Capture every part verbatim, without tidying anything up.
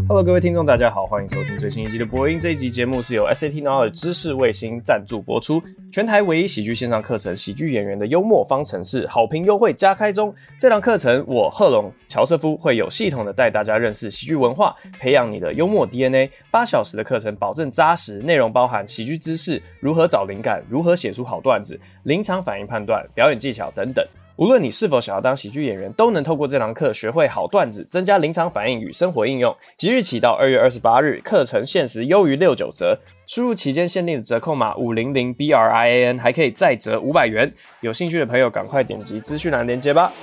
Hello， 各位听众，大家好，欢迎收听最新一集的播音。这一集节目是由 S A T Knowledge 知识卫星赞助播出，全台唯一喜剧线上课程《喜剧演员的幽默方程式》好评优惠加开中。这堂课程，我贺龙乔瑟夫会有系统的带大家认识喜剧文化，培养你的幽默 D N A。八小时的课程保证扎实，内容包含喜剧知识、如何找灵感、如何写出好段子、临场反应判断、表演技巧等等。无论你是否想要当喜剧演员，都能透过这堂课学会好段子，增加临场反应与生活应用。即日起到二月二十八日，课程限时优于六九折，输入期间限定的折扣码五零零 B R I A N 还可以再折五百元。有兴趣的朋友赶快点击资讯栏连结吧。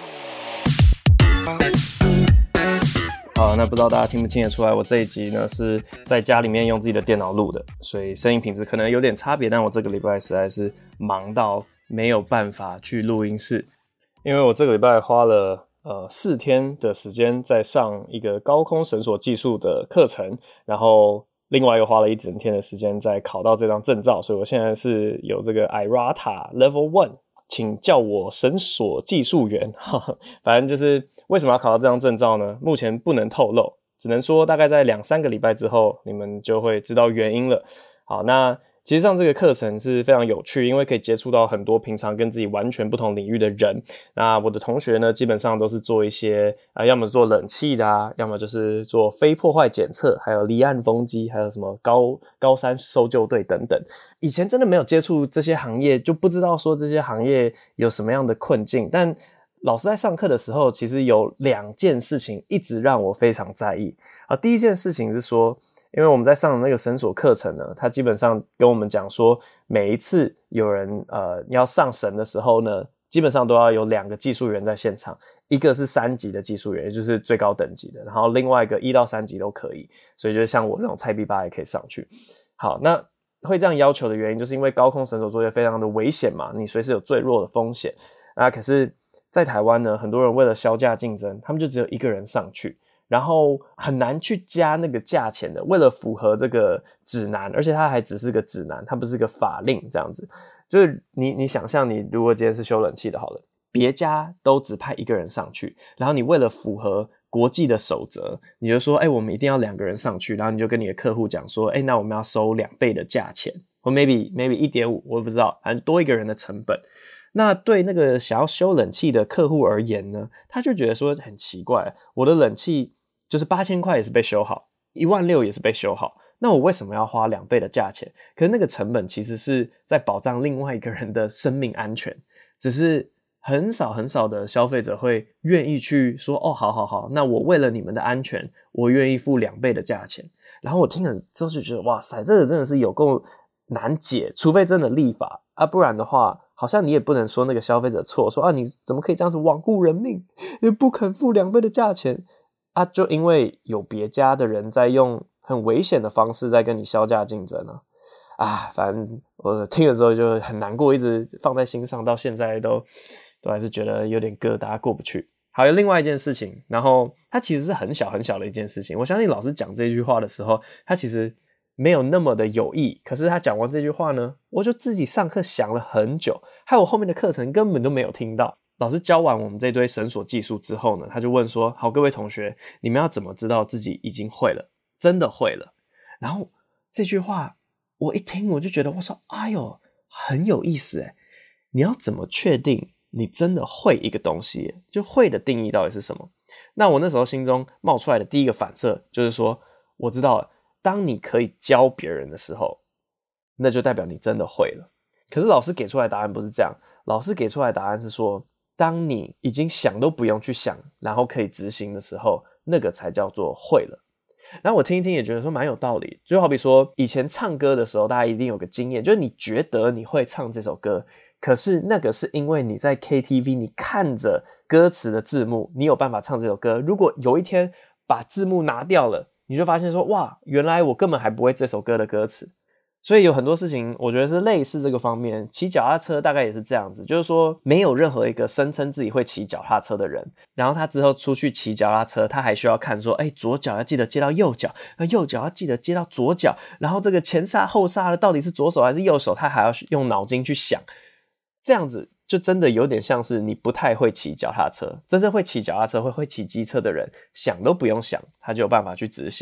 好，那不知道大家听不听得出来，我这一集呢是在家里面用自己的电脑录的，所以声音品质可能有点差别，但我这个礼拜实在是忙到没有办法去录音室。因为我这个礼拜花了呃四天的时间在上一个高空绳索技术的课程，然后另外又花了一整天的时间在考到这张证照，所以我现在是有这个 I R A T A Level 一，请叫我绳索技术员。反正就是为什么要考到这张证照呢？目前不能透露，只能说大概在两三个礼拜之后，你们就会知道原因了。好，那其实上这个课程是非常有趣，因为可以接触到很多平常跟自己完全不同领域的人。那我的同学呢，基本上都是做一些啊、呃，要么做冷气的啊，要么就是做非破坏检测，还有离岸风机，还有什么高高山搜救队等等。以前真的没有接触这些行业，就不知道说这些行业有什么样的困境。但老师在上课的时候，其实有两件事情一直让我非常在意啊。第一件事情是说，因为我们在上的那个绳索课程呢，它基本上跟我们讲说，每一次有人呃要上绳的时候呢，基本上都要有两个技术员在现场，一个是三级的技术员，也就是最高等级的，然后另外一个一到三级都可以，所以就像我这种菜逼八也可以上去。好，那会这样要求的原因，就是因为高空绳索作业非常的危险嘛，你随时有坠落的风险。那可是在台湾呢，很多人为了销价竞争，他们就只有一个人上去，然后很难去加那个价钱的，为了符合这个指南，而且它还只是个指南，它不是个法令这样子。就是你你想象，你如果今天是修冷气的好了，别家都只派一个人上去，然后你为了符合国际的守则，你就说，哎、欸，我们一定要两个人上去，然后你就跟你的客户讲说，哎、欸，那我们要收两倍的价钱，或 maybe maybe 一点五， 我也不知道，反正多一个人的成本。那对那个想要修冷气的客户而言呢，他就觉得说很奇怪，我的冷气就是八千块也是被修好，一万六也是被修好，那我为什么要花两倍的价钱？可是那个成本其实是在保障另外一个人的生命安全，只是很少很少的消费者会愿意去说，哦，好好好，那我为了你们的安全，我愿意付两倍的价钱。然后我听了之后就觉得，哇塞，这个真的是有够难解，除非真的立法啊，不然的话，好像你也不能说那个消费者错，说啊你怎么可以这样子罔顾人命，也不肯付两倍的价钱。啊，就因为有别家的人在用很危险的方式在跟你销价竞争啊，啊，反正我听了之后就很难过，一直放在心上，到现在都都还是觉得有点疙瘩过不去。还有另外一件事情，然后它其实是很小很小的一件事情，我相信老师讲这句话的时候，他其实没有那么的有意，可是他讲完这句话呢，我就自己上课想了很久，害我后面的课程根本都没有听到。老师教完我们这堆绳索技术之后呢，他就问说，好，各位同学，你们要怎么知道自己已经会了，真的会了？然后这句话我一听我就觉得，我说哎呦很有意思耶，你要怎么确定你真的会一个东西耶？就会的定义到底是什么？那我那时候心中冒出来的第一个反射就是说，我知道了，当你可以教别人的时候，那就代表你真的会了。可是老师给出来的答案不是这样，老师给出来的答案是说，当你已经想都不用去想，然后可以执行的时候，那个才叫做会了。然后我听一听也觉得说蛮有道理，就好比说以前唱歌的时候，大家一定有个经验，就是你觉得你会唱这首歌，可是那个是因为你在 K T V 你看着歌词的字幕，你有办法唱这首歌。如果有一天把字幕拿掉了，你就发现说，哇，原来我根本还不会这首歌的歌词。所以有很多事情我觉得是类似这个方面，骑脚踏车大概也是这样子，就是说没有任何一个声称自己会骑脚踏车的人，然后他之后出去骑脚踏车，他还需要看说，哎，左脚要记得接到右脚，那右脚要记得接到左脚，然后这个前刹后刹的到底是左手还是右手，他还要用脑筋去想。这样子就真的有点像是你不太会骑脚踏车，真正会骑脚踏车会会骑机车的人想都不用想，他就有办法去执行。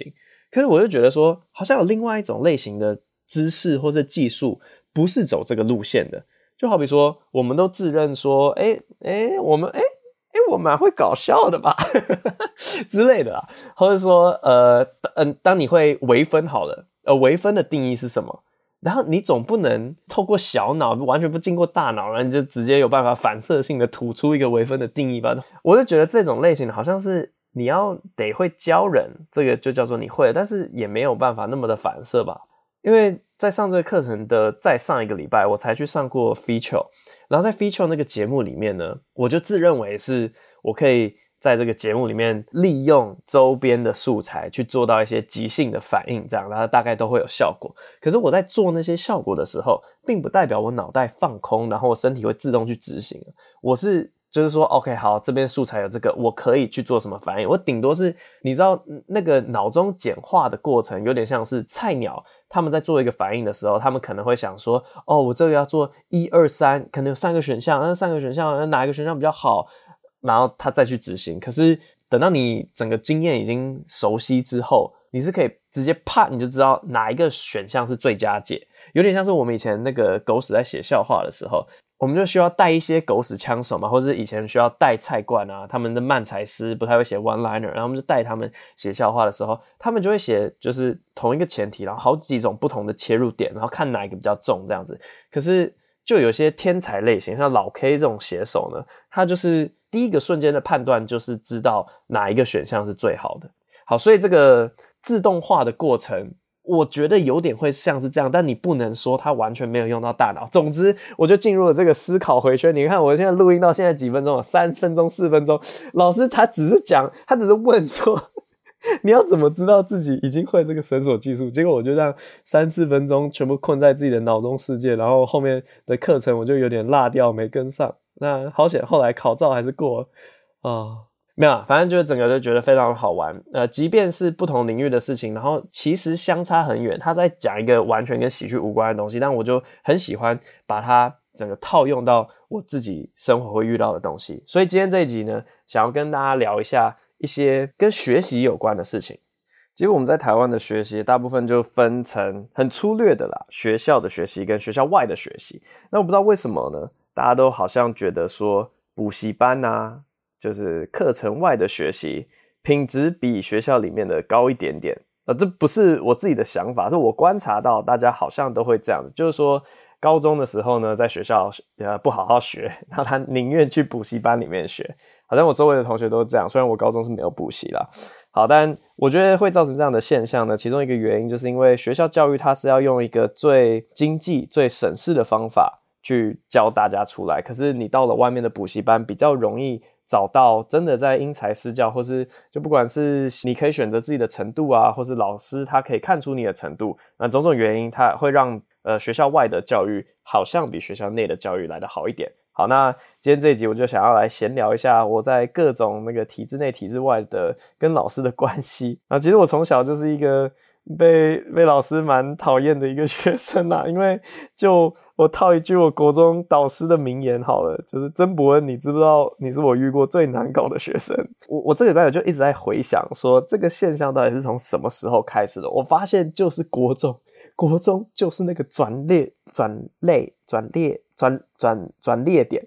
可是我就觉得说，好像有另外一种类型的知识或是技术不是走这个路线的。就好比说，我们都自认说，哎、欸、哎、欸，我们哎哎、欸，我蛮会搞笑的吧之类的啦，或者说，呃，嗯，当你会微分好了，呃，微分的定义是什么？然后你总不能透过小脑，完全不经过大脑，然后你就直接有办法反射性的吐出一个微分的定义吧？我就觉得这种类型的好像是你要得会教人，这个就叫做你会了，但是也没有办法那么的反射吧。因为在上这个课程的再上一个礼拜，我才去上过 Feature， 然后在 Feature 那个节目里面呢，我就自认为是我可以在这个节目里面利用周边的素材去做到一些即兴的反应，这样，然后大概都会有效果。可是我在做那些效果的时候，并不代表我脑袋放空，然后我身体会自动去执行。我是就是说 OK 好，这边素材有这个，我可以去做什么反应，我顶多是你知道那个脑中简化的过程有点像是菜鸟他们在做一个反应的时候，他们可能会想说，哦，我这个要做一二三，可能有三个选项，那三个选项哪一个选项比较好，然后他再去执行。可是等到你整个经验已经熟悉之后，你是可以直接啪你就知道哪一个选项是最佳解，有点像是我们以前那个狗屎在写笑话的时候，我们就需要带一些狗屎枪手嘛，或者是以前需要带菜罐啊，他们的漫才师不太会写 one liner， 然后我们就带他们写笑话的时候，他们就会写就是同一个前提，然后好几种不同的切入点，然后看哪一个比较重这样子。可是就有些天才类型，像老 K 这种写手呢，他就是第一个瞬间的判断就是知道哪一个选项是最好的。好，所以这个自动化的过程我觉得有点会像是这样，但你不能说它完全没有用到大脑。总之我就进入了这个思考回圈。你看我现在录音到现在几分钟了，三分钟四分钟，老师他只是讲，他只是问说你要怎么知道自己已经会这个绳索技术，结果我就让三四分钟全部困在自己的脑中世界，然后后面的课程我就有点落掉没跟上。那好险后来考照还是过了啊、呃没有，反正就是整个就觉得非常好玩。呃，即便是不同领域的事情，然后其实相差很远，他在讲一个完全跟喜剧无关的东西，但我就很喜欢把它整个套用到我自己生活会遇到的东西。所以今天这一集呢，想要跟大家聊一下一些跟学习有关的事情。其实我们在台湾的学习大部分就分成很粗略的啦，学校的学习跟学校外的学习。那我不知道为什么呢，大家都好像觉得说补习班啊，就是课程外的学习品质比学校里面的高一点点。呃，这不是我自己的想法，是我观察到大家好像都会这样子，就是说高中的时候呢，在学校呃不好好学，然后他宁愿去补习班里面学。好像我周围的同学都是这样，虽然我高中是没有补习啦。好，但我觉得会造成这样的现象呢，其中一个原因就是因为学校教育它是要用一个最经济最省事的方法去教大家出来，可是你到了外面的补习班比较容易找到真的在因材施教，或是就不管是你可以选择自己的程度啊，或是老师他可以看出你的程度，那种种原因它会让呃学校外的教育好像比学校内的教育来得好一点。好，那今天这一集我就想要来闲聊一下我在各种那个体制内体制外的跟老师的关系。啊，其实我从小就是一个被被老师蛮讨厌的一个学生啦，因为就我套一句我国中导师的名言好了，就是曾伯恩，你知不知道你是我遇过最难搞的学生？我我这个礼拜我就一直在回想说这个现象到底是从什么时候开始的。我发现就是国中，国中就是那个转列转类转列转转转列点。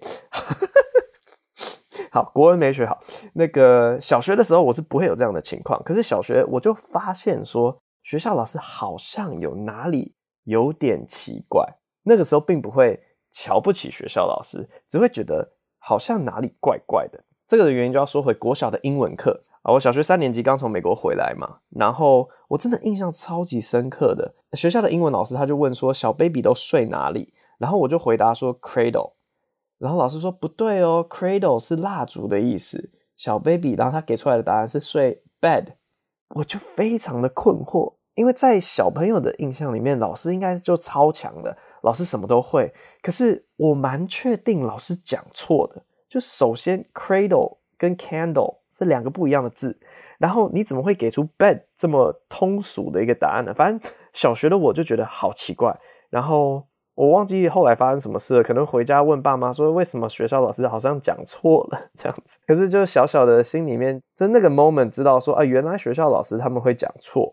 好，国文没学好。那个小学的时候我是不会有这样的情况，可是小学我就发现说学校老师好像有哪里有点奇怪。那个时候并不会瞧不起学校老师，只会觉得好像哪里怪怪的。这个的原因就要说回国小的英文课啊，我小学三年级刚从美国回来嘛，然后我真的印象超级深刻的，学校的英文老师他就问说小 baby 都睡哪里，然后我就回答说 cradle， 然后老师说不对哦， cradle 是蜡烛的意思，小 baby 然后他给出来的答案是睡 bed。 我就非常的困惑，因为在小朋友的印象里面老师应该就超强的，老师什么都会，可是我蛮确定老师讲错的。就首先 cradle 跟 candle 是两个不一样的字，然后你怎么会给出 bed 这么通俗的一个答案呢？反正小学的我就觉得好奇怪，然后我忘记后来发生什么事了，可能回家问爸妈说为什么学校老师好像讲错了这样子。可是就小小的心里面在那个 moment 知道说啊，原来学校老师他们会讲错。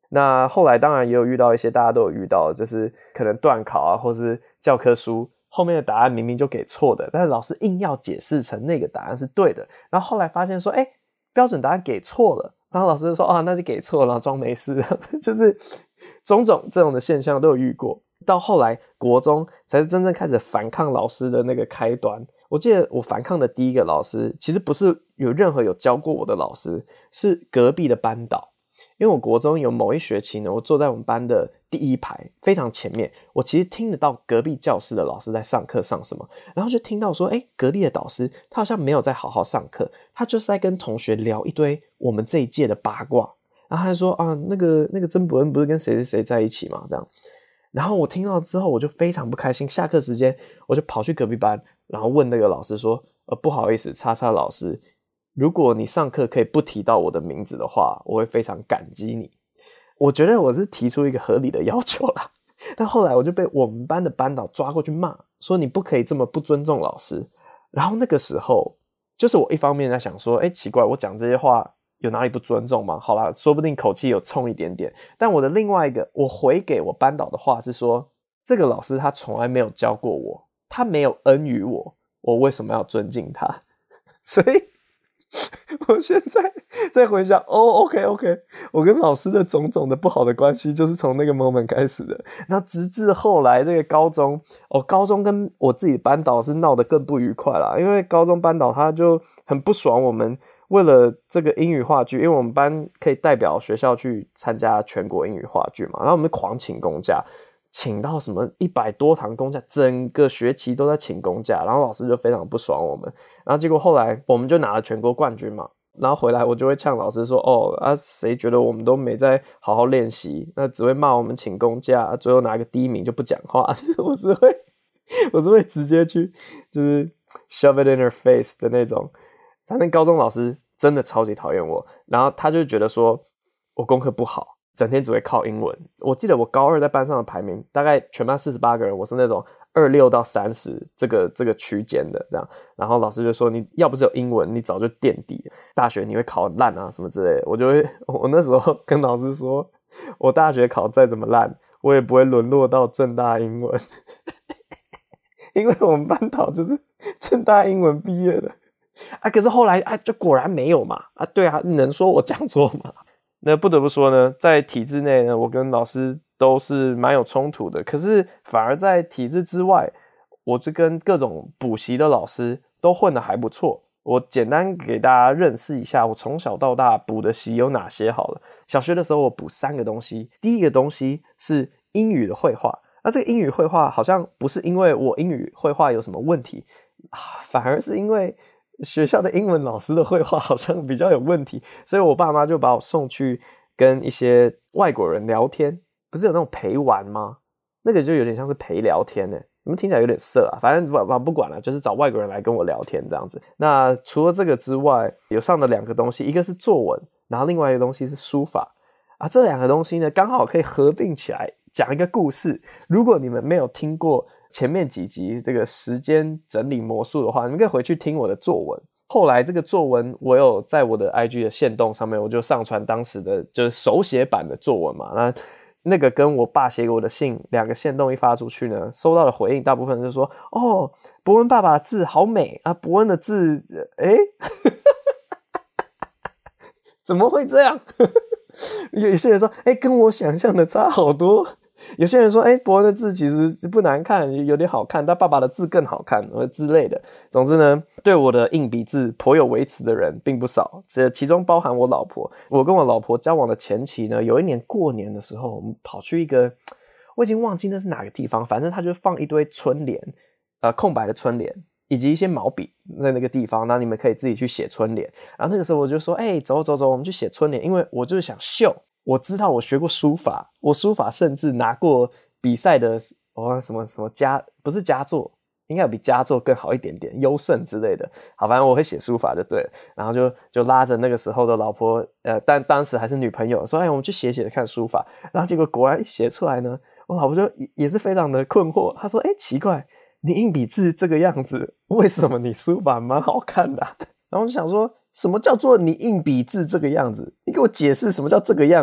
那后来当然也有遇到一些大家都有遇到的，就是可能段考啊，或是教科书后面的答案明明就给错的，但是老师硬要解释成那个答案是对的，然后后来发现说，哎，标准答案给错了，然后老师就说啊，那就给错了，然后装没事，就是种种这种的现象都有遇过。到后来国中才是真正开始反抗老师的那个开端。我记得我反抗的第一个老师，其实不是有任何有教过我的老师，是隔壁的班导。因为我国中有某一学期呢，我坐在我们班的第一排非常前面，我其实听得到隔壁教室的老师在上课上什么，然后就听到说，诶，隔壁的导师他好像没有在好好上课，他就是在跟同学聊一堆我们这一届的八卦，然后他就说啊，那个那个曾伯恩不是跟谁谁谁在一起嘛，这样。然后我听到之后我就非常不开心，下课时间我就跑去隔壁班，然后问那个老师说，呃，不好意思，叉叉老师，如果你上课可以不提到我的名字的话，我会非常感激你。我觉得我是提出一个合理的要求啦，但后来我就被我们班的班导抓过去骂，说你不可以这么不尊重老师。然后那个时候就是我一方面在想说，诶，奇怪，我讲这些话有哪里不尊重吗？好啦，说不定口气有冲一点点。但我的另外一个我回给我班导的话是说，这个老师他从来没有教过我，他没有恩于我，我为什么要尊敬他？所以我现在在回想，哦 OK OK， 我跟老师的种种的不好的关系就是从那个 moment 开始的。那直至后来这个高中，哦，高中跟我自己班导是闹得更不愉快啦，因为高中班导他就很不爽我们为了这个英语话剧，因为我们班可以代表学校去参加全国英语话剧嘛，然后我们狂请公假，请到什么一百多堂公假，整个学期都在请公假，然后老师就非常不爽我们，然后结果后来我们就拿了全国冠军嘛，然后回来我就会呛老师说，哦啊，谁觉得我们都没在好好练习，那只会骂我们请公假，最后拿个第一名就不讲话，我是会我是会直接去就是 shove it in her face 的那种。反正高中老师真的超级讨厌我，然后他就觉得说我功课不好，整天只会靠英文。我记得我高二在班上的排名，大概全班四十八个人，我是那种二十六到三十这个这个区间的这样。然后老师就说，你要不是有英文，你早就垫底了，大学你会考烂啊什么之类的。我就会，我那时候跟老师说，我大学考再怎么烂，我也不会沦落到政大英文，因为我们班导就是政大英文毕业的。啊，可是后来啊，就果然没有嘛。啊，对啊，你能说我讲错吗？那不得不说呢，在体制内呢，我跟老师都是蛮有冲突的。可是反而在体制之外，我就跟各种补习的老师都混得还不错。我简单给大家认识一下，我从小到大补的习有哪些好了。小学的时候我补三个东西，第一个东西是英语的绘画。那这个英语绘画好像不是因为我英语绘画有什么问题，反而是因为学校的英文老师的绘画好像比较有问题，所以我爸妈就把我送去跟一些外国人聊天。不是有那种陪玩吗？那个就有点像是陪聊天耶，你们听起来有点色啊，反正不不管了，就是找外国人来跟我聊天这样子。那除了这个之外，有上的两个东西，一个是作文，然后另外一个东西是书法啊。这两个东西呢，刚好可以合并起来讲一个故事。如果你们没有听过前面几集这个时间整理魔术的话，你们可以回去听我的作文。后来这个作文我有在我的 I G 的限动上面，我就上传当时的就是手写版的作文嘛。那那个跟我爸写给我的信，两个限动一发出去呢，收到的回应大部分就是说，哦，伯恩爸爸的字好美啊，伯恩的字，诶怎么会这样？有些人说，诶跟我想象的差好多。有些人说，诶伯恩的字其实不难看，有点好看，但爸爸的字更好看之类的。总之呢，对我的硬笔字颇有微词的人并不少，这其中包含我老婆。我跟我老婆交往的前期呢，有一年过年的时候，我们跑去一个，我已经忘记那是哪个地方，反正他就放一堆春联，呃，空白的春联，以及一些毛笔在那个地方，那你们可以自己去写春联。然后那个时候我就说，诶走走走，我们去写春联，因为我就是想秀。我知道我学过书法，我书法甚至拿过比赛的哦什么什么佳，不是佳作，应该有比佳作更好一点点，优胜之类的。好，反正我会写书法就对了。然后就就拉着那个时候的老婆，呃，但当时还是女朋友，说：“哎，我们去写写看书法。”然后结果果然一写出来呢，我老婆就也是非常的困惑，她说：“哎，奇怪，你硬笔字这个样子，为什么你书法蛮好看的啊？”然后我就想说，什么叫做你硬笔字这个样子？你给我解释什么叫这个样子？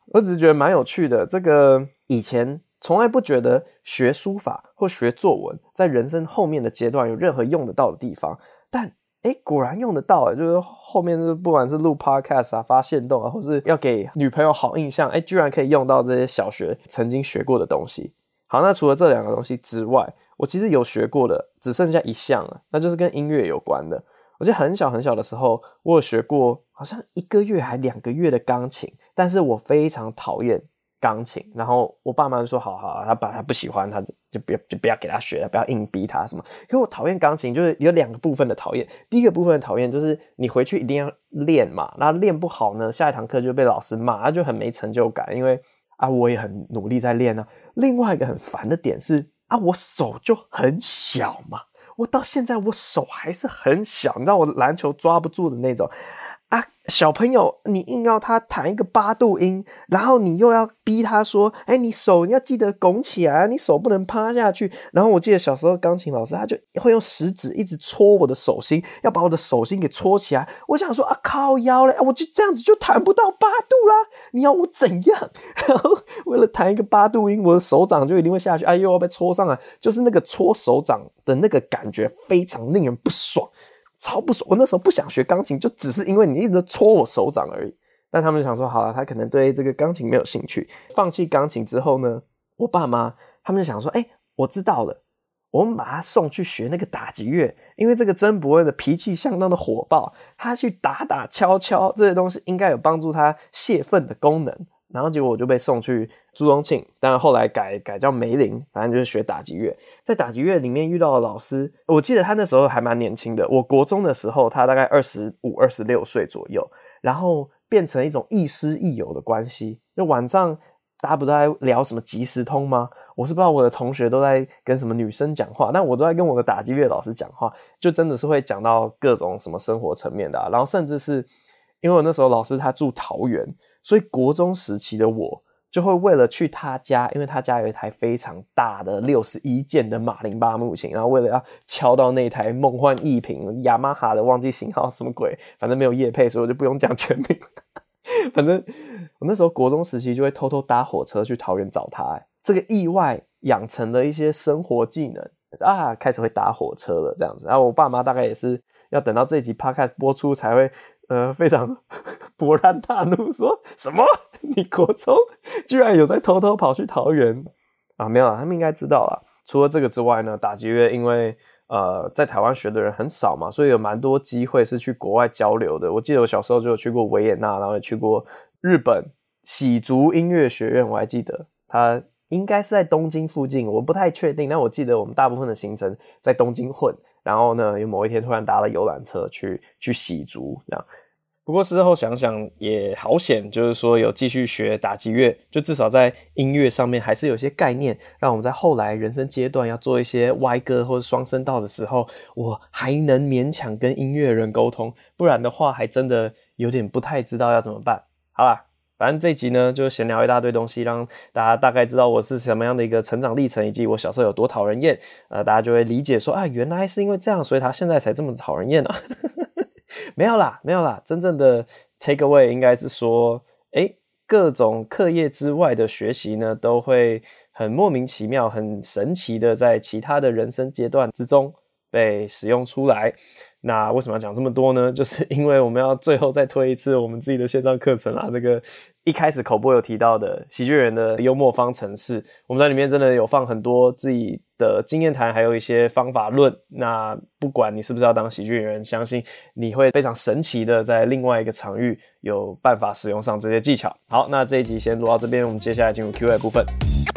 我只是觉得蛮有趣的。这个以前从来不觉得学书法或学作文在人生后面的阶段有任何用得到的地方，但诶果然用得到诶就是后面不管是录 podcast 啊、发限动啊，或是要给女朋友好印象，诶居然可以用到这些小学曾经学过的东西。好，那除了这两个东西之外，我其实有学过的只剩下一项了，那就是跟音乐有关的。我记得很小很小的时候，我有学过好像一个月还两个月的钢琴，但是我非常讨厌钢琴，然后我爸妈就说好好，他把他不喜欢，他就不要就不要给他学了，不要硬逼他什么。可是我讨厌钢琴，就是有两个部分的讨厌。第一个部分的讨厌就是你回去一定要练嘛，那练不好呢，下一堂课就被老师骂，他就很没成就感，因为啊我也很努力在练啊。另外一个很烦的点是啊，我手就很小嘛。我到现在我手还是很小，你知道我篮球抓不住的那种啊！小朋友，你硬要他弹一个八度音，然后你又要逼他说：“哎，你手你要记得拱起来，你手不能趴下去。”然后我记得小时候钢琴老师他就会用食指一直戳我的手心，要把我的手心给戳起来。我想说啊，靠腰嘞，我就这样子就弹不到八度啦！你要我怎样？然后为了弹一个八度音，我的手掌就一定会下去，哎呦，要被戳上来，就是那个戳手掌的那个感觉非常令人不爽。超不爽！我那时候不想学钢琴，就只是因为你一直戳我手掌而已。但他们就想说，好了，他可能对这个钢琴没有兴趣。放弃钢琴之后呢，我爸妈他们就想说，哎、欸，我知道了，我们把他送去学那个打击乐，因为这个曾伯恩的脾气相当的火爆，他去打打敲敲这些东西应该有帮助他泄愤的功能。然后结果我就被送去朱宗庆，当然后来改改叫梅林，反正就是学打击乐。在打击乐里面遇到的老师，我记得他那时候还蛮年轻的，我国中的时候他大概二十五、二十六岁左右，然后变成一种亦师亦友的关系。就晚上大家不都在聊什么即时通吗？我是不知道我的同学都在跟什么女生讲话，但我都在跟我的打击乐老师讲话，就真的是会讲到各种什么生活层面的啊。然后甚至是因为我那时候老师他住桃园，所以国中时期的我就会为了去他家，因为他家有一台非常大的六十一键的马林巴木琴，然后为了要敲到那台梦幻逸品雅马哈的忘记型号什么鬼，反正没有业配，所以我就不用讲全名反正我那时候国中时期就会偷偷搭火车去桃园找他、欸、这个意外养成了一些生活技能啊，开始会搭火车了这样子。然后我爸妈大概也是要等到这一集 podcast 播出才会呃非常勃然大怒，说什么你国中居然有在偷偷跑去桃园啊？没有啦，他们应该知道啦。除了这个之外呢，打击乐因为呃在台湾学的人很少嘛，所以有蛮多机会是去国外交流的。我记得我小时候就有去过维也纳，然后也去过日本喜竹音乐学院，我还记得它应该是在东京附近，我不太确定，但我记得我们大部分的行程在东京混，然后呢有某一天突然搭了游览车去去喜竹这样。不过事后想想也好险，就是说有继续学打击乐，就至少在音乐上面还是有些概念，让我们在后来人生阶段要做一些歪歌或者双声道的时候，我还能勉强跟音乐人沟通，不然的话还真的有点不太知道要怎么办。好啦，反正这一集呢就闲聊一大堆东西，让大家大概知道我是什么样的一个成长历程，以及我小时候有多讨人厌，呃，大家就会理解说啊，原来是因为这样，所以他现在才这么讨人厌啊没有啦没有啦，真正的 take away 应该是说诶各种课业之外的学习呢都会很莫名其妙很神奇的在其他的人生阶段之中被使用出来。那为什么要讲这么多呢？就是因为我们要最后再推一次我们自己的线上课程啦，这个一开始口播有提到的喜剧人的幽默方程式，我们在里面真的有放很多自己的经验谈，还有一些方法论。那不管你是不是要当喜剧人，相信你会非常神奇的在另外一个场域有办法使用上这些技巧。好，那这一集先录到这边，我们接下来进入 Q and A 部分。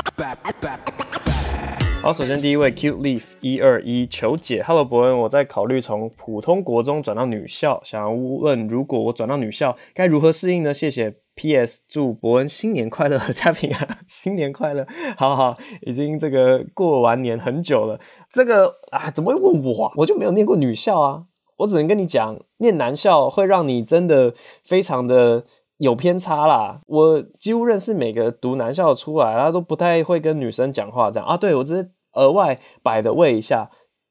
好，首先第一位 Cute Leaf 一二一求解 Hello 伯恩，我在考虑从普通国中转到女校，想要问如果我转到女校该如何适应呢？谢谢 P S 祝伯恩新年快乐阖家平安新年快乐。好好，已经这个过完年很久了，这个啊怎么会问我啊？我就没有念过女校啊，我只能跟你讲念男校会让你真的非常的有偏差啦。我几乎认识每个读男校出来，他都不太会跟女生讲话这样啊。对，我只是额外摆的位一下，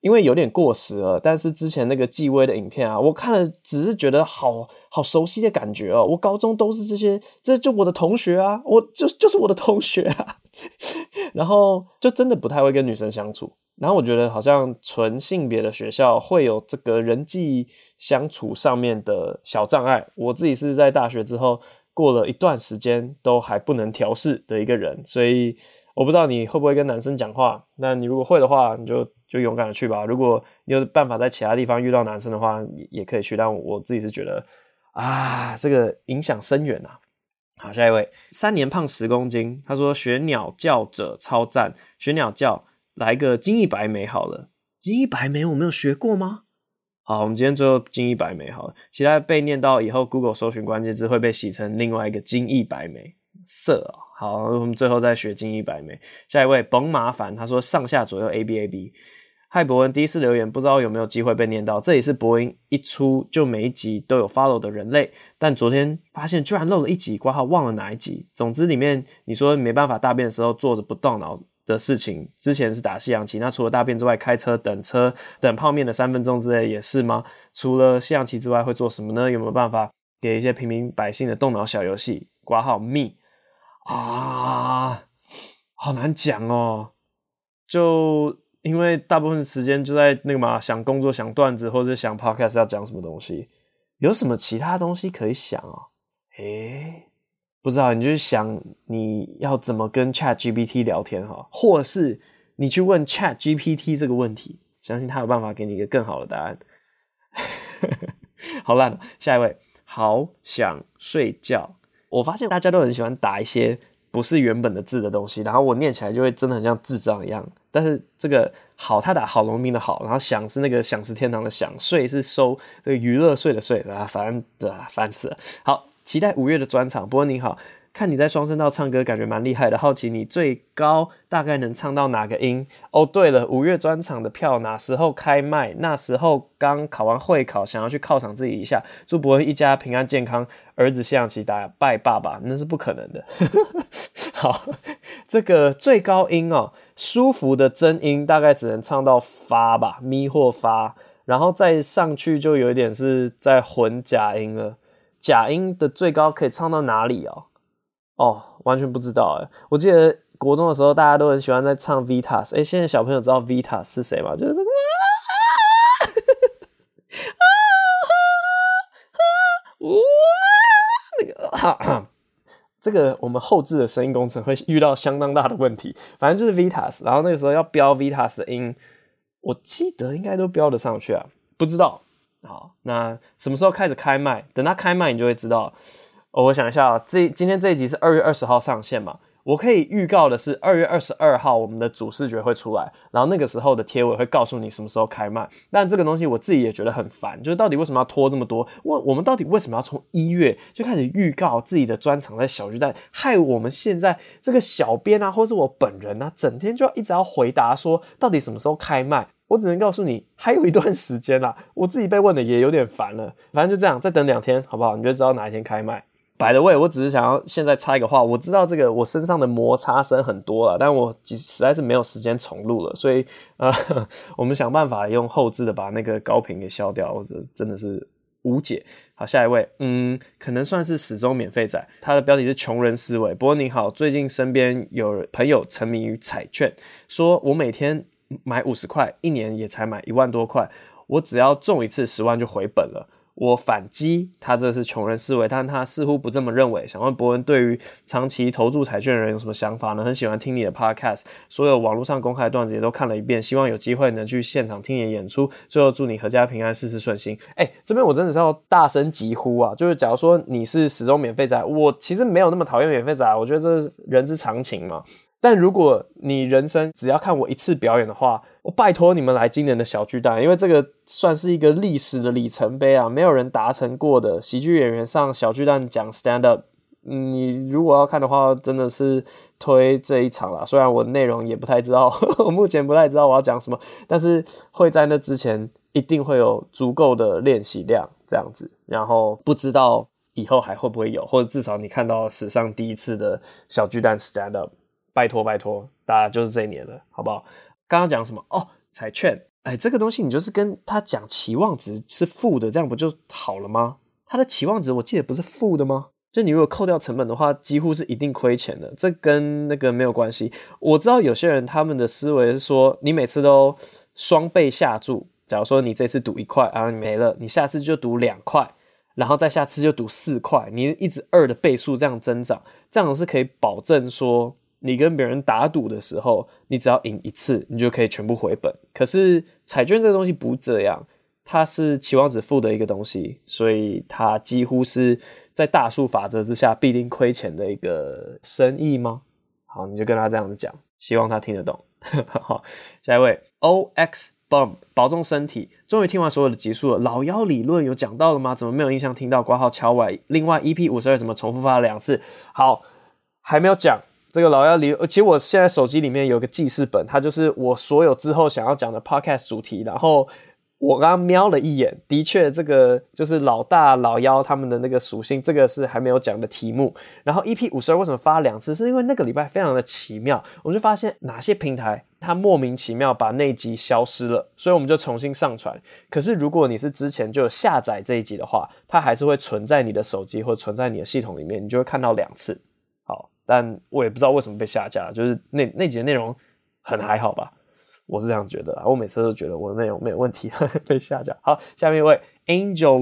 因为有点过时了，但是之前那个纪薇的影片啊，我看了只是觉得好好熟悉的感觉哦。我高中都是这些，这就我的同学啊，我就就是我的同学啊。然后就真的不太会跟女生相处。然后我觉得好像纯性别的学校会有这个人际相处上面的小障碍。我自己是在大学之后过了一段时间都还不能调适的一个人，所以我不知道你会不会跟男生讲话。那你如果会的话，你就就勇敢的去吧。如果你有办法在其他地方遇到男生的话，也也可以去。但我自己是觉得啊，这个影响深远啊。好，下一位，三年胖十公斤，他说学鸟叫者超赞，学鸟叫来个金翼白眉好了。金翼白眉我没有学过吗？好，我们今天最后金翼白眉好了，其他被念到以后 Google 搜寻关键字会被洗成另外一个金翼白眉色哦。好，我们最后再学金翼白眉。下一位甭麻烦，他说上下左右 A B A B。嗨博恩，第一次留言，不知道有没有机会被念到。这里是博恩一出就每一集都有 follow 的人类，但昨天发现居然漏了一集，括号忘了哪一集。总之里面你说没办法大便的时候坐着不动脑的事情，之前是打西洋棋，那除了大便之外，开车、等车、等泡面的三分钟之类也是吗？除了西洋棋之外会做什么呢？有没有办法给一些平民百姓的动脑小游戏？括号 me 啊，好难讲哦，就。因为大部分时间就在那个嘛，想工作、想段子，或者想 podcast 要讲什么东西，有什么其他东西可以想啊？诶，不知道，你就想你要怎么跟 ChatGPT 聊天哈，或者是你去问 ChatGPT 这个问题，相信他有办法给你一个更好的答案。好烂了，下一位，好想睡觉。我发现大家都很喜欢打一些不是原本的字的东西，然后我念起来就会真的很像智障一样。但是这个好，他打郝龙斌的好，然后想是那个想是天堂的想，睡是收这个娱乐睡的睡啊，反正啊烦死了。好，期待五月的专场。不过你好，看你在双声道唱歌，感觉蛮厉害的，好奇你最高大概能唱到哪个音？哦，对了，五月专场的票哪时候开卖？那时候刚考完会考，想要去犒赏自己一下，祝伯恩一家平安健康，儿子西洋棋打败爸爸，那是不可能的。好，这个最高音哦，舒服的真音大概只能唱到发吧，咪或发，然后再上去就有一点是在混假音了。假音的最高可以唱到哪里哦？哦，完全不知道诶。我记得国中的时候，大家都很喜欢在唱 Vitas。诶，现在小朋友知道 Vitas 是谁吗？就是这个那个这个我们后置的声音工程会遇到相当大的问题。反正就是 Vitas， 然后那个时候要标 Vitas 的音，我记得应该都标得上去啊，不知道。好，那什么时候开始开麦？等它开麦你就会知道。哦、我想一下啊，这今天这一集是二月二十号上线嘛？我可以预告的是二月二十二号我们的主视觉会出来，然后那个时候的贴文会告诉你什么时候开卖。但这个东西我自己也觉得很烦，就是到底为什么要拖这么多？我我们到底为什么要从一月就开始预告自己的专场在小巨蛋，害我们现在这个小编啊，或是我本人啊，整天就要一直要回答说到底什么时候开卖。我只能告诉你还有一段时间啦，我自己被问的也有点烦了。反正就这样，再等两天好不好？你就知道哪一天开卖。By the way，我只是想要现在插一个话，我知道这个我身上的摩擦声很多了，但我实在是没有时间重录了，所以呃，我们想办法用后置的把那个高频给消掉，或者真的是无解。好，下一位，嗯，可能算是始终免费仔，他的标题是穷人思维。不过你好，最近身边有朋友沉迷于彩券，说我每天买五十块，一年也才买一万多块，我只要中一次十万就回本了。我反击他这是穷人思维，但他似乎不这么认为。想问伯恩对于长期投注彩券的人有什么想法呢？很喜欢听你的 podcast， 所有网络上公开的段子也都看了一遍，希望有机会能去现场听你的演出。最后祝你阖家平安，事事顺心。欸，这边我真的是要大声疾呼啊！就是假如说你是始终免费仔，我其实没有那么讨厌免费仔，我觉得这是人之常情嘛。但如果你人生只要看我一次表演的话，我拜托你们来今年的小巨蛋，因为这个算是一个历史的里程碑啊，没有人达成过的喜剧演员上小巨蛋讲 stand up，嗯，你如果要看的话，真的是推这一场啦。虽然我内容也不太知道，我目前不太知道我要讲什么，但是会在那之前一定会有足够的练习量这样子，然后不知道以后还会不会有，或者至少你看到史上第一次的小巨蛋 stand up。拜托拜托，大家就是这一年了，好不好？刚刚讲什么？哦，彩券。 哎，这个东西你就是跟他讲期望值是负的，这样不就好了吗？他的期望值我记得不是负的吗？就你如果扣掉成本的话，几乎是一定亏钱的，这跟那个没有关系。我知道有些人他们的思维是说，你每次都双倍下注，假如说你这次赌一块，然后你没了，你下次就赌两块，然后再下次就赌四块，你一直二的倍数这样增长，这样是可以保证说你跟别人打赌的时候，你只要赢一次，你就可以全部回本。可是彩券这个东西不这样，它是期望值负的一个东西，所以它几乎是在大数法则之下必定亏钱的一个生意吗？好，你就跟他这样子讲，希望他听得懂。好，下一位 O X Bum 保重身体。终于听完所有的集数了，老妖理论有讲到了吗？怎么没有印象听到？括号敲歪。另外 E P 五十二 怎么重复发了两次？好，还没有讲。这个老妖理论，其实我现在手机里面有个记事本，它就是我所有之后想要讲的 podcast 主题，然后我刚刚瞄了一眼，的确这个就是老大老妖他们的那个属性，这个是还没有讲的题目。然后 E P 五十二 为什么发两次，是因为那个礼拜非常的奇妙，我们就发现哪些平台它莫名其妙把那一集消失了，所以我们就重新上传。可是如果你是之前就有下载这一集的话，它还是会存在你的手机或存在你的系统里面，你就会看到两次。好，但我也不知道为什么被下架，就是那那集的内容很还好吧，我是这样觉得啦。我每次都觉得我的内容没有问题，被下架。好，下面一位 Angel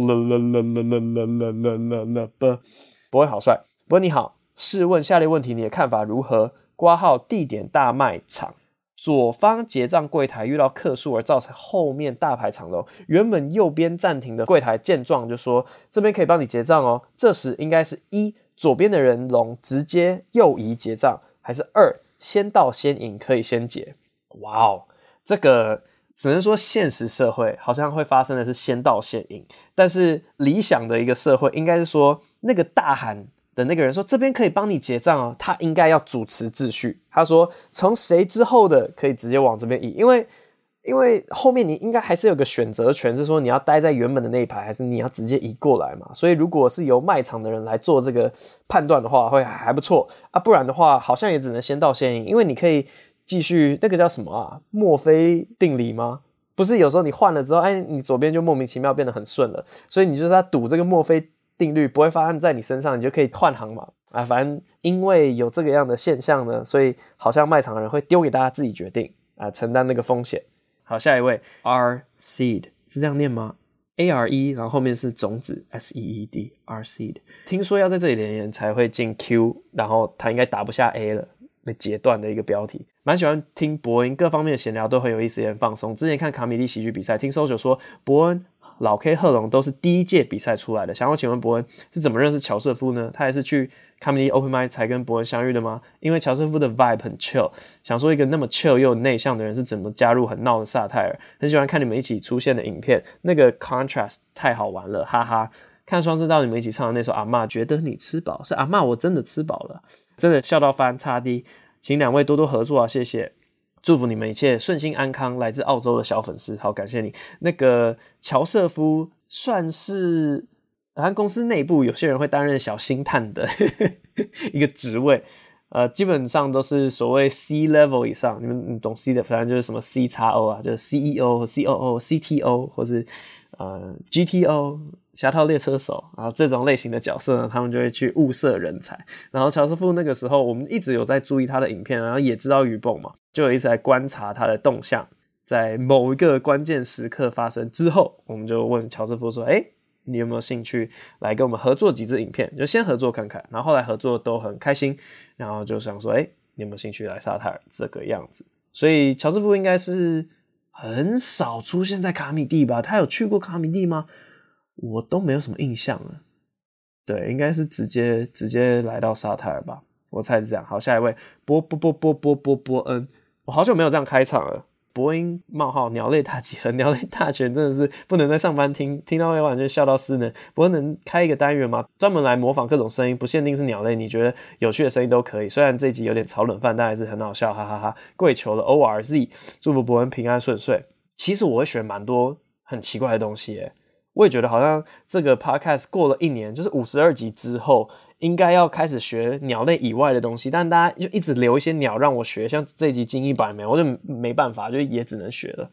不会好帅，不过你好，试问下列问题你的看法如何？括号地点大卖场，左方结账柜台遇到客数而造成后面大排长龙，原本右边暂停的柜台见状就说这边可以帮你结账哦，这时应该是一左边的人龙直接右移结账，还是二先到先赢可以先结？哇哦，这个只能说现实社会好像会发生的是先到先赢，但是理想的一个社会应该是说那个大喊的那个人说这边可以帮你结账哦，他应该要主持秩序，他说从谁之后的可以直接往这边移，因为因为后面你应该还是有个选择权，是说你要待在原本的那一排，还是你要直接移过来嘛？所以如果是由卖场的人来做这个判断的话，会还不错啊。不然的话，好像也只能先到先赢，因为你可以继续那个叫什么啊？墨菲定理吗？不是有时候你换了之后，哎，你左边就莫名其妙变得很顺了，所以你就是在赌这个墨菲定律不会发生在你身上，你就可以换行嘛。啊，反正因为有这个样的现象呢，所以好像卖场的人会丢给大家自己决定啊，承担那个风险。好，下一位 R Seed 是这样念吗 ？A R E， 然后后面是种子 S E E D R Seed。听说要在这里连言才会进 Q， 然后他应该打不下 A 了，被截断的一个标题。蛮喜欢听伯恩各方面的闲聊，都很有意思，也很放松。之前看卡米利喜剧比赛，听 Social 说伯恩、老 K、贺龙都是第一届比赛出来的。想要请问伯恩是怎么认识乔瑟夫呢？他也是去卡米利 Open Mic 才跟伯恩相遇的吗？因为乔瑟夫的 vibe 很 chill， 想说一个那么 chill 又内向的人是怎么加入很闹的萨泰尔？很喜欢看你们一起出现的影片，那个 contrast 太好玩了，哈哈。看双声道你们一起唱的那首阿嬷觉得你吃饱，是阿嬷我真的吃饱了，真的笑到翻叉 D， 请两位多多合作啊，谢谢。祝福你们一切顺心安康，来自澳洲的小粉丝，好感谢你。那个乔瑟夫算是好像公司内部有些人会担任小星探的一个职位，呃，基本上都是所谓 C level 以上，你们你懂 C 的，反正就是什么 C X O 啊，就是 C E O、C O O、C T O 或是呃 G T O。侠盗猎车手，然后这种类型的角色呢，他们就会去物色人才。然后乔瑟夫那个时候，我们一直有在注意他的影片，然后也知道雨蹦嘛，就有一直在观察他的动向。在某一个关键时刻发生之后，我们就问乔瑟夫说：“哎，你有没有兴趣来跟我们合作几支影片？就先合作看看。”然后后来合作都很开心，然后就想说：“哎，你有没有兴趣来萨泰尔？”这个样子。所以乔瑟夫应该是很少出现在卡米蒂吧？他有去过卡米蒂吗？我都没有什么印象了，对，应该是直接直接来到沙泰尔吧，我猜是这样。好，下一位波波波波波波波恩，我好久没有这样开场了。伯音冒号鸟类大集合，鸟类大全真的是不能在上班听，听到会完全笑到失能。不过能开一个单元吗？专门来模仿各种声音，不限定是鸟类，你觉得有趣的声音都可以。虽然这一集有点炒冷饭，但还是很好笑，哈哈哈哈。跪求了 O R Z， 祝福伯恩平安顺遂。其实我会选蛮多很奇怪的东西耶。我也觉得好像这个 podcast 过了一年，就是五十二集之后，应该要开始学鸟类以外的东西，但大家就一直留一些鸟让我学，像这一集金一百枚，我就没办法，就也只能学了。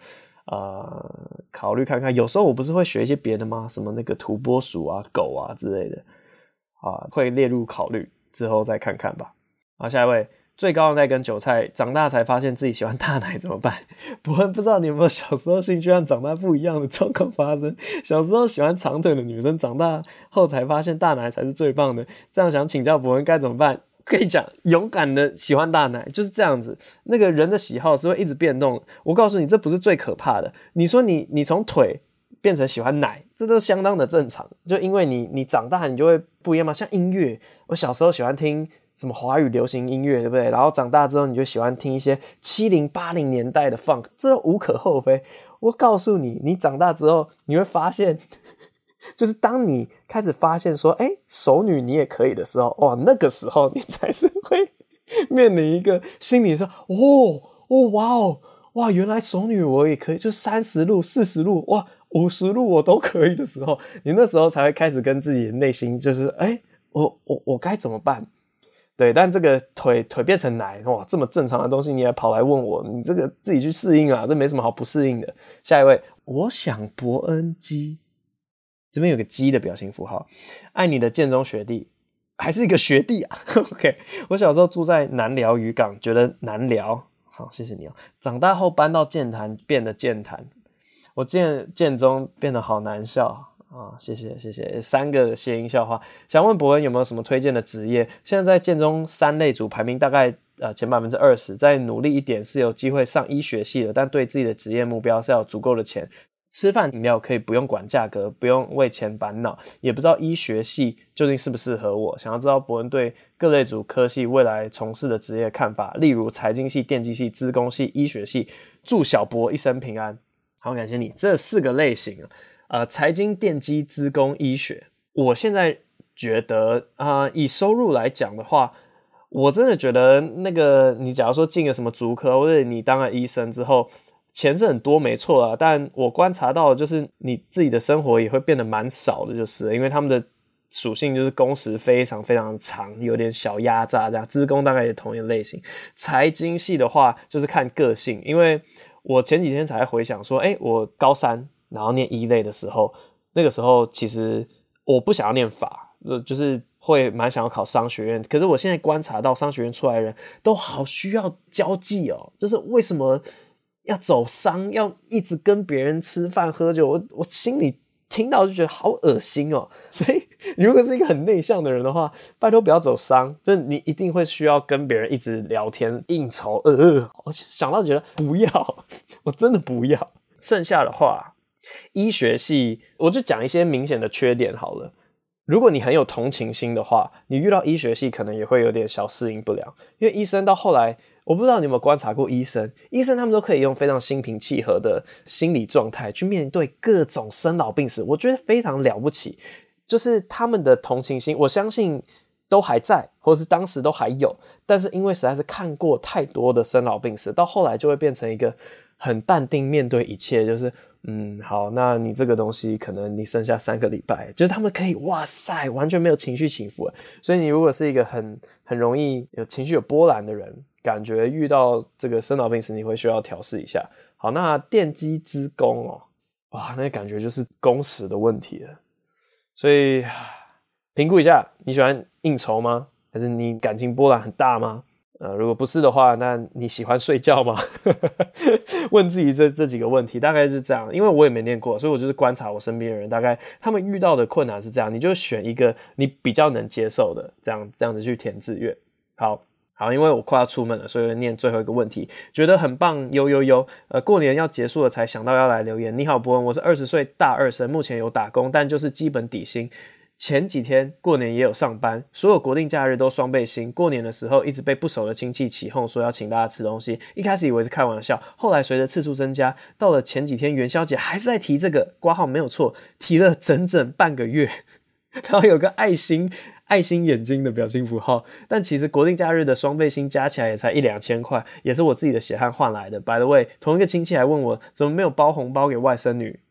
呃考虑看看。有时候我不是会学一些别的吗？什么那个土拨鼠啊、狗啊之类的啊，会列入考虑，之后再看看吧。好，下一位。最高的那根韭菜，长大才发现自己喜欢大奶怎么办？伯恩，不知道你有没有小时候兴趣和长大不一样的状况发生？小时候喜欢长腿的女生，长大后才发现大奶才是最棒的。这样想请教伯恩该怎么办？跟你讲，勇敢的喜欢大奶就是这样子。那个人的喜好是会一直变动。我告诉你，这不是最可怕的。你说你你从腿变成喜欢奶，这都相当的正常。就因为你你长大，你就会不一样嘛。像音乐，我小时候喜欢听什么华语流行音乐，对不对？然后长大之后你就喜欢听一些七零八零年代的 funk， 这无可厚非。我告诉你，你长大之后你会发现，就是当你开始发现说，哎，熟女你也可以的时候，哇，那个时候你才是会面临一个心里说，哦哦哇哦哇，原来熟女我也可以，就三十路、四十路，哇，五十路我都可以的时候，你那时候才会开始跟自己的内心就是，哎，我我我该怎么办？对，但这个腿腿变成奶，哇，这么正常的东西你还跑来问我，你这个自己去适应啊，这没什么好不适应的。下一位，我想伯恩鸡，这边有个鸡的表情符号，爱你的建中学弟，还是一个学弟啊。OK， 我小时候住在南寮渔港，觉得难聊，好，谢谢你哦。长大后搬到建潭，变得健谈，我建建中变得好难笑。啊，谢谢谢谢，三个谐音笑话。想问伯恩有没有什么推荐的职业？现在在建中三类组排名大概呃前百分之二十，再努力一点是有机会上医学系的，但对自己的职业目标是要有足够的钱。吃饭饮料可以不用管价格，不用为钱烦恼，也不知道医学系究竟适不适合我。想要知道伯恩对各类组科系未来从事的职业看法，例如财经系、电机系、资工系、医学系。祝小伯一生平安。好，感谢你。这四个类型呃，财经、电机、资工、医学，我现在觉得啊、呃，以收入来讲的话，我真的觉得那个你假如说进了什么竹科，或者你当了医生之后，钱是很多没错啊，但我观察到的就是你自己的生活也会变得蛮少的，就是因为他们的属性就是工时非常非常长，有点小压榨这样。资工大概也同一个类型。财经系的话就是看个性，因为我前几天才回想说，哎，我高三然后念一类的时候，那个时候其实我不想要念法，就是会蛮想要考商学院。可是我现在观察到商学院出来的人都好需要交际哦，就是为什么要走商，要一直跟别人吃饭喝酒，我我心里听到就觉得好恶心哦。所以你如果是一个很内向的人的话，拜托不要走商，就是你一定会需要跟别人一直聊天应酬。呃呃，我想到觉得不要，我真的不要。剩下的话，医学系我就讲一些明显的缺点好了。如果你很有同情心的话，你遇到医学系可能也会有点小适应不良，因为医生到后来，我不知道你有没有观察过医生，医生他们都可以用非常心平气和的心理状态去面对各种生老病死，我觉得非常了不起。就是他们的同情心，我相信都还在，或是当时都还有，但是因为实在是看过太多的生老病死，到后来就会变成一个很淡定面对一切，就是嗯，好，那你这个东西可能你剩下三个礼拜，就是他们可以哇塞完全没有情绪起伏。所以你如果是一个很很容易有情绪有波澜的人，感觉遇到这个生老病死你会需要调试一下。好，那电机资工哦，哇，那感觉就是工时的问题了。所以评估一下，你喜欢应酬吗？还是你感情波澜很大吗？呃，如果不是的话，那你喜欢睡觉吗？问自己这这几个问题，大概是这样。因为我也没念过，所以我就是观察我身边的人，大概他们遇到的困难是这样，你就选一个你比较能接受的，这样这样子去填志愿。好。好，因为我快要出门了，所以念最后一个问题，觉得很棒，呦呦呦！呃，过年要结束了才想到要来留言。你好，伯恩，我是二十岁大二生，目前有打工，但就是基本底薪。前几天过年也有上班，所有国定假日都双倍薪。过年的时候一直被不熟的亲戚起哄说要请大家吃东西，一开始以为是开玩笑，后来随着次数增加，到了前几天元宵节还是在提这个，括号没有错，提了整整半个月，然后有个爱心。爱心眼睛的表情符号，但其实国定假日的双倍薪加起来也才一两千块，也是我自己的血汗换来的。By the way， 同一个亲戚还问我怎么没有包红包给外甥女，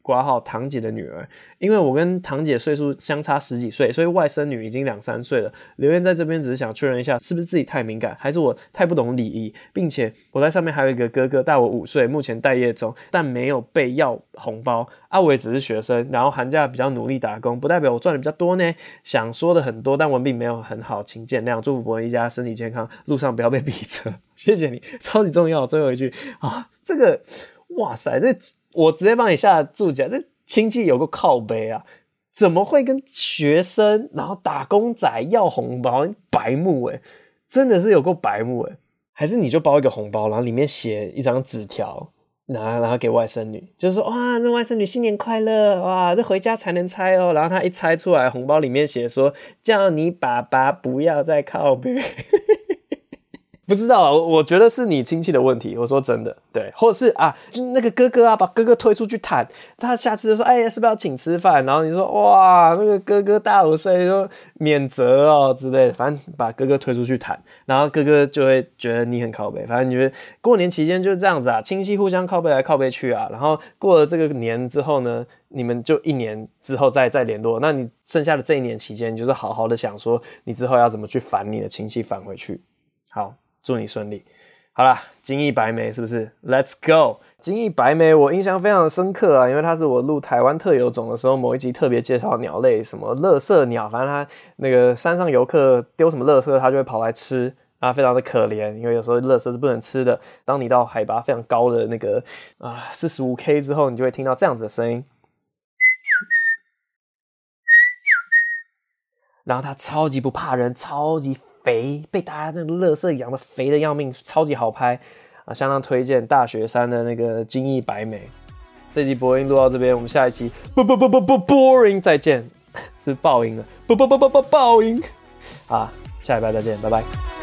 括号堂姐的女儿，因为我跟堂姐岁数相差十几岁，所以外甥女已经两三岁了。留言在这边只是想确认一下，是不是自己太敏感，还是我太不懂礼仪，并且我在上面还有一个哥哥大我五岁，目前待业中，但没有被要红包啊，我也只是学生，然后寒假比较努力打工，不代表我赚的比较多呢。想说的很多，但文笔没有很好，请见谅。祝福伯恩一家身体健康，路上不要被逼车。谢谢你，超级重要。最后一句啊，这个哇塞，这我直接帮你下注解，这亲戚有个靠背啊，怎么会跟学生然后打工仔要红包？白目欸，真的是有够白目欸。还是你就包一个红包，然后里面写一张纸条，拿然后给外甥女，就是说哇，那外甥女新年快乐，哇，这回家才能拆哦。然后她一拆出来，红包里面写说叫你爸爸不要再靠背。不知道啊，我觉得是你亲戚的问题。我说真的，对，或者是啊，就那个哥哥啊，把哥哥推出去谈，他下次就说，哎，是不是要请吃饭？然后你说，哇，那个哥哥大五岁，说免责哦之类的，反正把哥哥推出去谈，然后哥哥就会觉得你很靠北。反正你觉得过年期间就是这样子啊，亲戚互相靠北来靠北去啊，然后过了这个年之后呢，你们就一年之后再再联络。那你剩下的这一年期间，你就是好好的想说，你之后要怎么去烦你的亲戚返回去。好。祝你顺利。好啦，金翼白眉是不是 ？Let's go！ 金翼白眉我印象非常的深刻啊，因为它是我录台湾特有种的时候某一集特别介绍鸟类，什么垃圾鸟，反正它那个山上游客丢什么垃圾，它就会跑来吃啊，非常的可怜，因为有时候垃圾是不能吃的。当你到海拔非常高的那个啊 四十五 K 之后，你就会听到这样子的声音。然后它超级不怕人，超级肥，被大家那个垃圾养的肥的要命，超级好拍啊！相当推荐大雪山的那个金翼白眉。这集播音录到这边，我们下一期不不不不不 boring 再见，是不是爆音了？不不不不不爆音啊！下礼拜再见，拜拜。